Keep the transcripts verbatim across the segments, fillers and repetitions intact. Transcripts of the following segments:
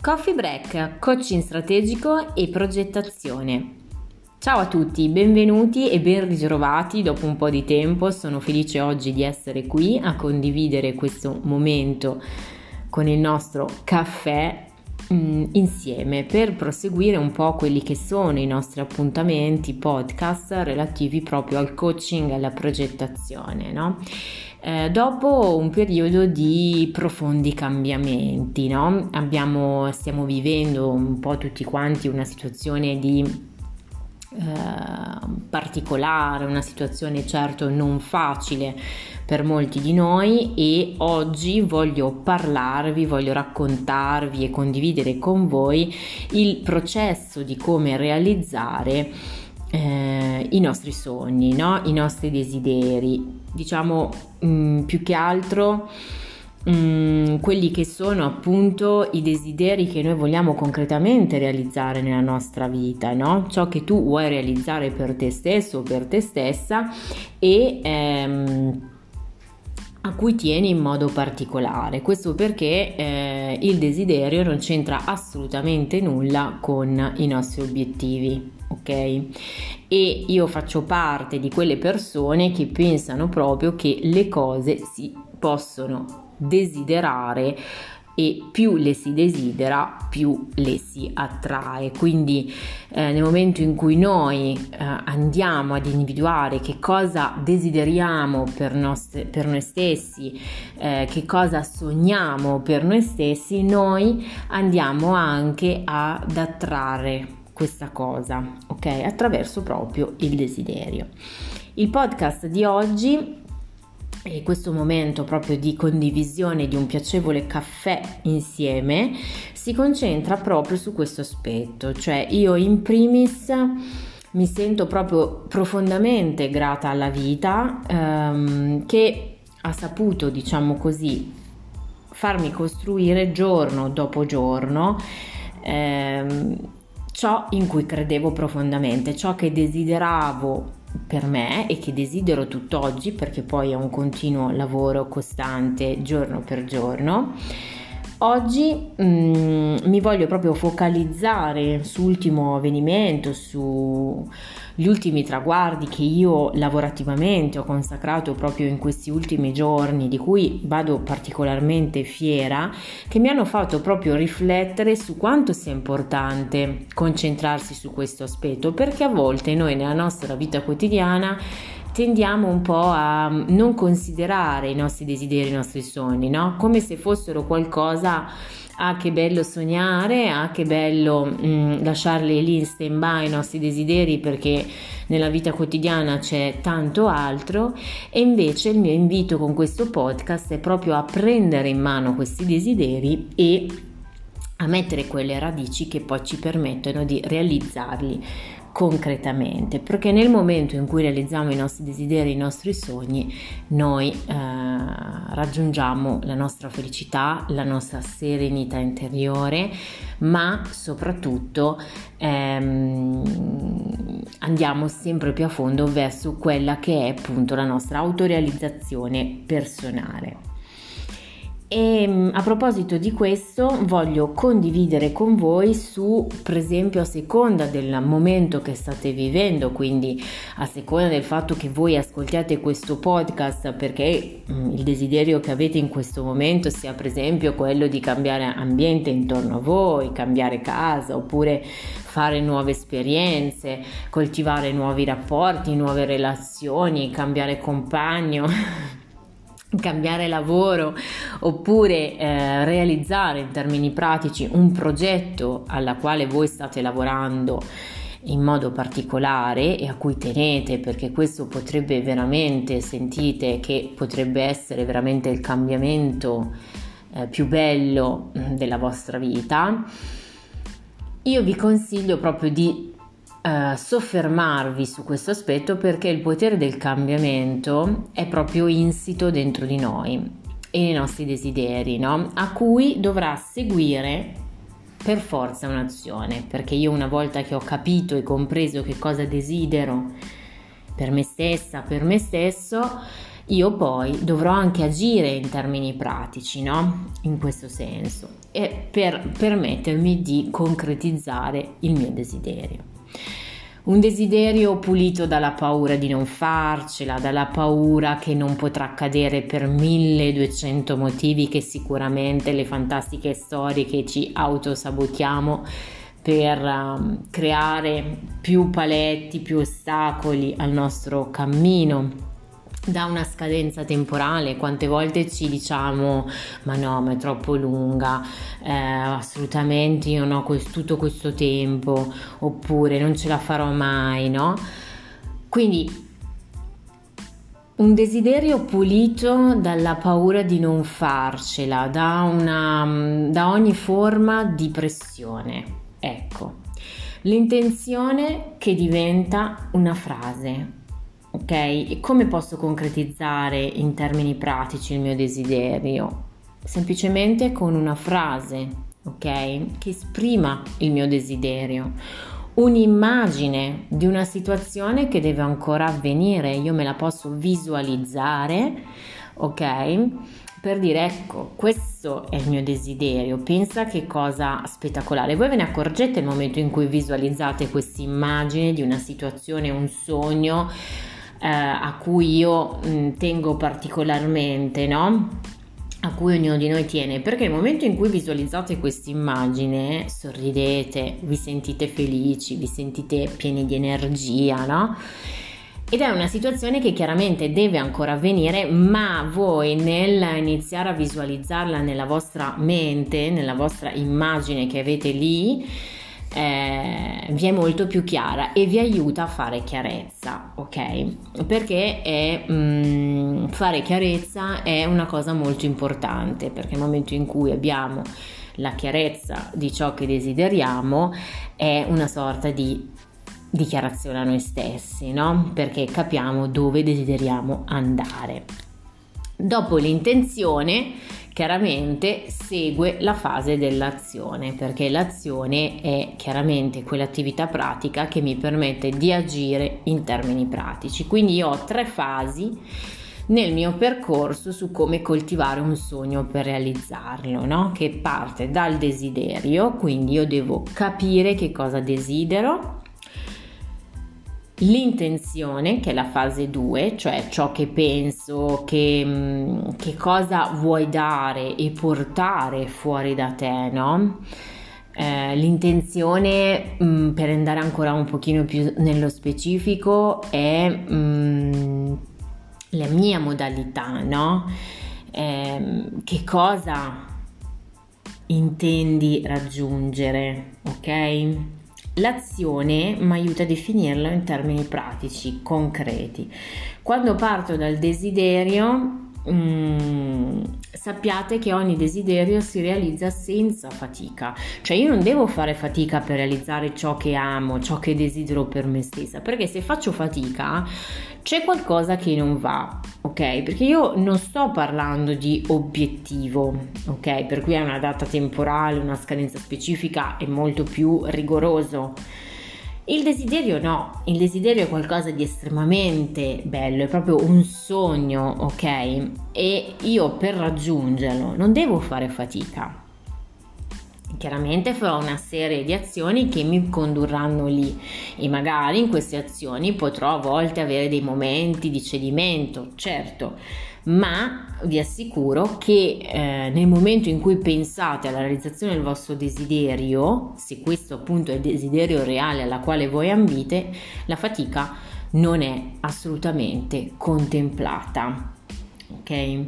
Coffee Break, coaching strategico e progettazione. Ciao a tutti, benvenuti e ben ritrovati dopo un po' di tempo. Sono felice oggi di essere qui a condividere questo momento con il nostro caffè mh, insieme per proseguire un po' quelli che sono i nostri appuntamenti podcast relativi proprio al coaching e alla progettazione, no? Eh, dopo un periodo di profondi cambiamenti, no? Abbiamo, stiamo vivendo un po' tutti quanti una situazione di eh, particolare, una situazione certo non facile per molti di noi, e oggi voglio parlarvi, voglio raccontarvi e condividere con voi il processo di come realizzare Eh, i nostri sogni, no? I nostri desideri, diciamo mh, più che altro mh, quelli che sono appunto i desideri che noi vogliamo concretamente realizzare nella nostra vita, no? Ciò che tu vuoi realizzare per te stesso o per te stessa e ehm, a cui tieni in modo particolare. Questo perché eh, il desiderio non c'entra assolutamente nulla con i nostri obiettivi, ok? E io faccio parte di quelle persone che pensano proprio che le cose si possono desiderare e più le si desidera più le si attrae. Quindi eh, nel momento in cui noi eh, andiamo ad individuare che cosa desideriamo per, nostre, per noi stessi, eh, che cosa sogniamo per noi stessi, noi andiamo anche ad attrarre questa cosa, ok? Attraverso proprio il desiderio. Il podcast di oggi e questo momento proprio di condivisione di un piacevole caffè insieme si concentra proprio su questo aspetto, cioè io in primis mi sento proprio profondamente grata alla vita ehm, che ha saputo, diciamo così, farmi costruire giorno dopo giorno ehm, ciò in cui credevo profondamente, ciò che desideravo per me e che desidero tutt'oggi, perché poi è un continuo lavoro costante giorno per giorno. Oggi mh, mi voglio proprio focalizzare sull'ultimo avvenimento, sugli ultimi traguardi che io lavorativamente ho consacrato proprio in questi ultimi giorni, di cui vado particolarmente fiera, che mi hanno fatto proprio riflettere su quanto sia importante concentrarsi su questo aspetto, perché a volte noi nella nostra vita quotidiana tendiamo un po' a non considerare i nostri desideri, i nostri sogni, no? Come se fossero qualcosa, ah che bello sognare, ah che bello mh, lasciarli lì in stand by i nostri desideri perché nella vita quotidiana c'è tanto altro. E invece il mio invito con questo podcast è proprio a prendere in mano questi desideri e a mettere quelle radici che poi ci permettono di realizzarli concretamente, perché nel momento in cui realizziamo i nostri desideri, i nostri sogni, noi eh, raggiungiamo la nostra felicità, la nostra serenità interiore, ma soprattutto ehm, andiamo sempre più a fondo verso quella che è appunto la nostra autorealizzazione personale. E a proposito di questo voglio condividere con voi su, per esempio, a seconda del momento che state vivendo, quindi a seconda del fatto che voi ascoltiate questo podcast perché il desiderio che avete in questo momento sia per esempio quello di cambiare ambiente intorno a voi, cambiare casa, oppure fare nuove esperienze, coltivare nuovi rapporti, nuove relazioni, cambiare compagno, cambiare lavoro, oppure eh, realizzare in termini pratici un progetto alla quale voi state lavorando in modo particolare e a cui tenete, perché questo potrebbe veramente, sentite che potrebbe essere veramente il cambiamento eh, più bello della vostra vita. Io vi consiglio proprio di Uh, soffermarvi su questo aspetto, perché il potere del cambiamento è proprio insito dentro di noi e nei nostri desideri, no? A cui dovrà seguire per forza un'azione, perché io una volta che ho capito e compreso che cosa desidero per me stessa, per me stesso, io poi dovrò anche agire in termini pratici, no? In questo senso, e per permettermi di concretizzare il mio desiderio. Un desiderio pulito dalla paura di non farcela, dalla paura che non potrà accadere per milleduecento motivi che sicuramente le fantastiche storie che ci autosabotiamo per um, creare più paletti, più ostacoli al nostro cammino, da una scadenza temporale. Quante volte ci diciamo ma no, ma è troppo lunga, eh, assolutamente io non ho quest- tutto questo tempo, oppure non ce la farò mai, no? Quindi un desiderio pulito dalla paura di non farcela, da, una, da ogni forma di pressione. Ecco, l'intenzione che diventa una frase. Ok, e come posso concretizzare in termini pratici il mio desiderio? Semplicemente con una frase, ok, che esprima il mio desiderio, un'immagine di una situazione che deve ancora avvenire, io me la posso visualizzare, ok, per dire ecco, questo è il mio desiderio, pensa che cosa spettacolare. Voi ve ne accorgete nel momento in cui visualizzate questa immagine di una situazione, un sogno, Eh, a cui io mh, tengo particolarmente, no? A cui ognuno di noi tiene, perché nel momento in cui visualizzate questa immagine sorridete, vi sentite felici, vi sentite pieni di energia, no? Ed è una situazione che chiaramente deve ancora avvenire, ma voi nel iniziare a visualizzarla nella vostra mente, nella vostra immagine che avete lì, Eh, vi è molto più chiara e vi aiuta a fare chiarezza, ok? Perché è, mh, fare chiarezza è una cosa molto importante, perché nel momento in cui abbiamo la chiarezza di ciò che desideriamo è una sorta di dichiarazione a noi stessi, no? Perché capiamo dove desideriamo andare. Dopo l'intenzione, chiaramente segue la fase dell'azione, perché l'azione è chiaramente quell'attività pratica che mi permette di agire in termini pratici. Quindi io ho tre fasi nel mio percorso su come coltivare un sogno per realizzarlo, no? Che parte dal desiderio, quindi io devo capire che cosa desidero. L'intenzione, che è la fase due, cioè ciò che penso, che, che cosa vuoi dare e portare fuori da te, no? Eh, l'intenzione, mh, per andare ancora un pochino più nello specifico, è mh, la mia modalità, no? Eh, che cosa intendi raggiungere, ok? L'azione mi aiuta a definirlo in termini pratici, concreti. Quando parto dal desiderio, mm, sappiate che ogni desiderio si realizza senza fatica. Cioè io non devo fare fatica per realizzare ciò che amo, ciò che desidero per me stessa, perché se faccio fatica c'è qualcosa che non va, ok? Perché io non sto parlando di obiettivo, ok? Per cui è una data temporale, una scadenza specifica, è molto più rigoroso. Il desiderio no, il desiderio è qualcosa di estremamente bello, è proprio un sogno, ok? E io per raggiungerlo non devo fare fatica. Chiaramente farò una serie di azioni che mi condurranno lì e magari in queste azioni potrò a volte avere dei momenti di cedimento, certo, ma vi assicuro che eh, nel momento in cui pensate alla realizzazione del vostro desiderio, se questo appunto è il desiderio reale alla quale voi ambite, la fatica non è assolutamente contemplata, ok?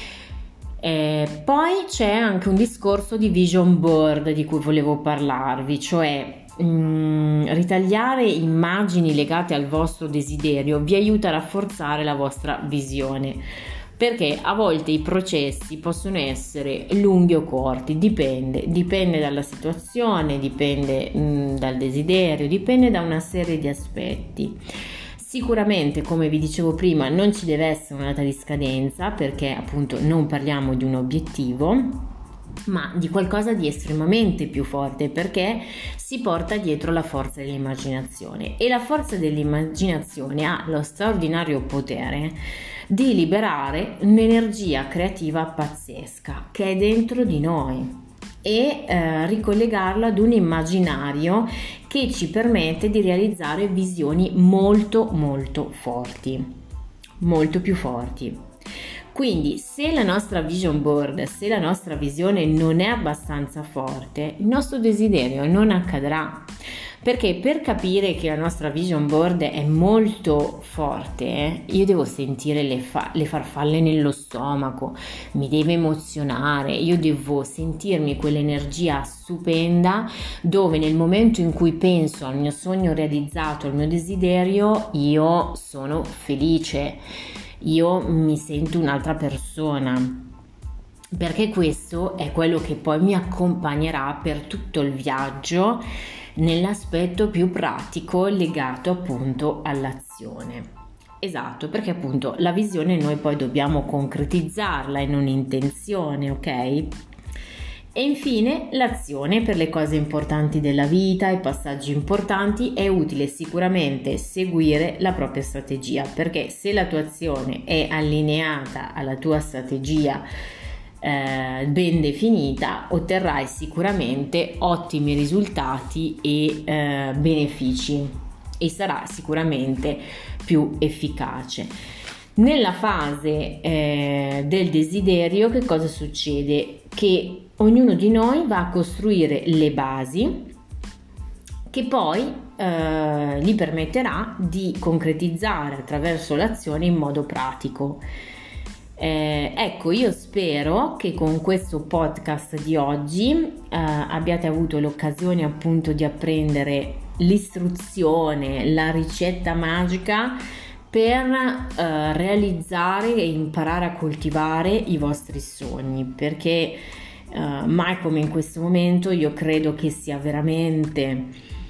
Eh, poi c'è anche un discorso di vision board di cui volevo parlarvi, cioè mh, ritagliare immagini legate al vostro desiderio vi aiuta a rafforzare la vostra visione, perché a volte i processi possono essere lunghi o corti, dipende, dipende dalla situazione, dipende mh, dal desiderio, dipende da una serie di aspetti. Sicuramente, come vi dicevo prima, non ci deve essere una data di scadenza, perché appunto non parliamo di un obiettivo, ma di qualcosa di estremamente più forte, perché si porta dietro la forza dell'immaginazione, e la forza dell'immaginazione ha lo straordinario potere di liberare un'energia creativa pazzesca che è dentro di noi e eh, ricollegarla ad un immaginario che ci permette di realizzare visioni molto molto forti, molto più forti. Quindi se la nostra vision board, se la nostra visione non è abbastanza forte, il nostro desiderio non accadrà. Perché per capire che la nostra vision board è molto forte, eh, io devo sentire le, fa- le farfalle nello stomaco, mi deve emozionare, io devo sentirmi quell'energia stupenda dove nel momento in cui penso al mio sogno realizzato, al mio desiderio, io sono felice, io mi sento un'altra persona. Perché questo è quello che poi mi accompagnerà per tutto il viaggio nell'aspetto più pratico legato appunto all'azione. Esatto, perché appunto la visione noi poi dobbiamo concretizzarla in un'intenzione, ok? E infine l'azione per le cose importanti della vita, i passaggi importanti, è utile sicuramente seguire la propria strategia, perché se la tua azione è allineata alla tua strategia Eh, ben definita, otterrai sicuramente ottimi risultati e eh, benefici e sarà sicuramente più efficace. Nella fase eh, del desiderio che cosa succede? Che ognuno di noi va a costruire le basi che poi eh, gli permetterà di concretizzare attraverso l'azione in modo pratico. Eh, ecco, io spero che con questo podcast di oggi eh, abbiate avuto l'occasione appunto di apprendere l'istruzione, la ricetta magica per eh, realizzare e imparare a coltivare i vostri sogni, perché eh, mai come in questo momento io credo che sia veramente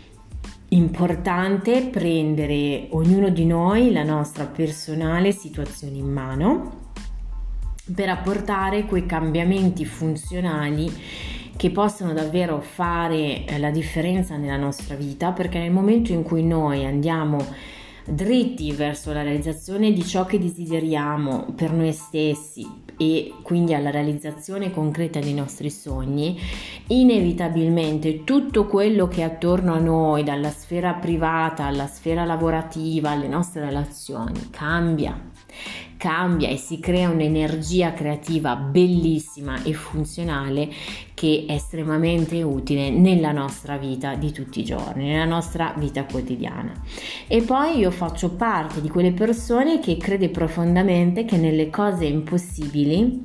importante prendere ognuno di noi la nostra personale situazione in mano per apportare quei cambiamenti funzionali che possono davvero fare la differenza nella nostra vita, perché nel momento in cui noi andiamo dritti verso la realizzazione di ciò che desideriamo per noi stessi e quindi alla realizzazione concreta dei nostri sogni, inevitabilmente tutto quello che è attorno a noi, dalla sfera privata alla sfera lavorativa, alle nostre relazioni, cambia. cambia e si crea un'energia creativa bellissima e funzionale che è estremamente utile nella nostra vita di tutti i giorni, nella nostra vita quotidiana. E poi io faccio parte di quelle persone che crede profondamente che nelle cose impossibili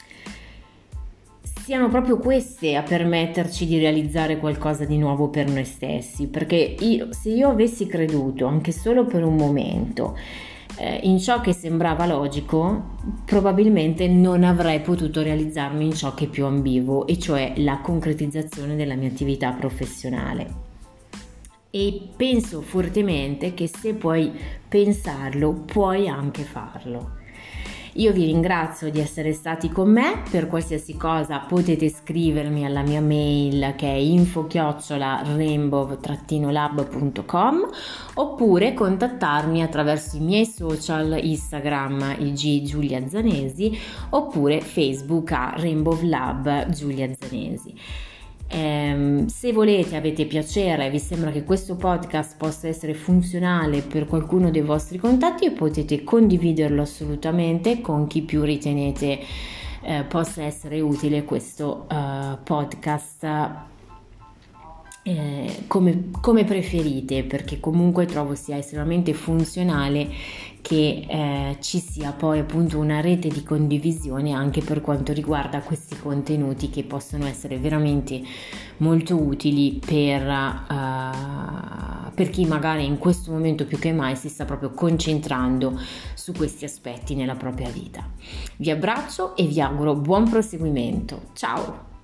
siano proprio queste a permetterci di realizzare qualcosa di nuovo per noi stessi, perché io, se io avessi creduto anche solo per un momento in ciò che sembrava logico, probabilmente non avrei potuto realizzarmi in ciò che più ambivo, e cioè la concretizzazione della mia attività professionale. E penso fortemente che se puoi pensarlo, puoi anche farlo. Io vi ringrazio di essere stati con me. Per qualsiasi cosa potete scrivermi alla mia mail che è info chiocciola rainbow lab punto com oppure contattarmi attraverso i miei social Instagram I G Giulia Zanesi oppure Facebook a Rainbow Lab Giulia Zanesi. Eh, se volete, avete piacere, vi sembra che questo podcast possa essere funzionale per qualcuno dei vostri contatti, potete condividerlo assolutamente con chi più ritenete eh, possa essere utile questo uh, podcast eh, come, come preferite, perché comunque trovo sia estremamente funzionale che eh, ci sia poi appunto una rete di condivisione anche per quanto riguarda questi contenuti che possono essere veramente molto utili per, uh, per chi magari in questo momento più che mai si sta proprio concentrando su questi aspetti nella propria vita. Vi abbraccio e vi auguro buon proseguimento. Ciao!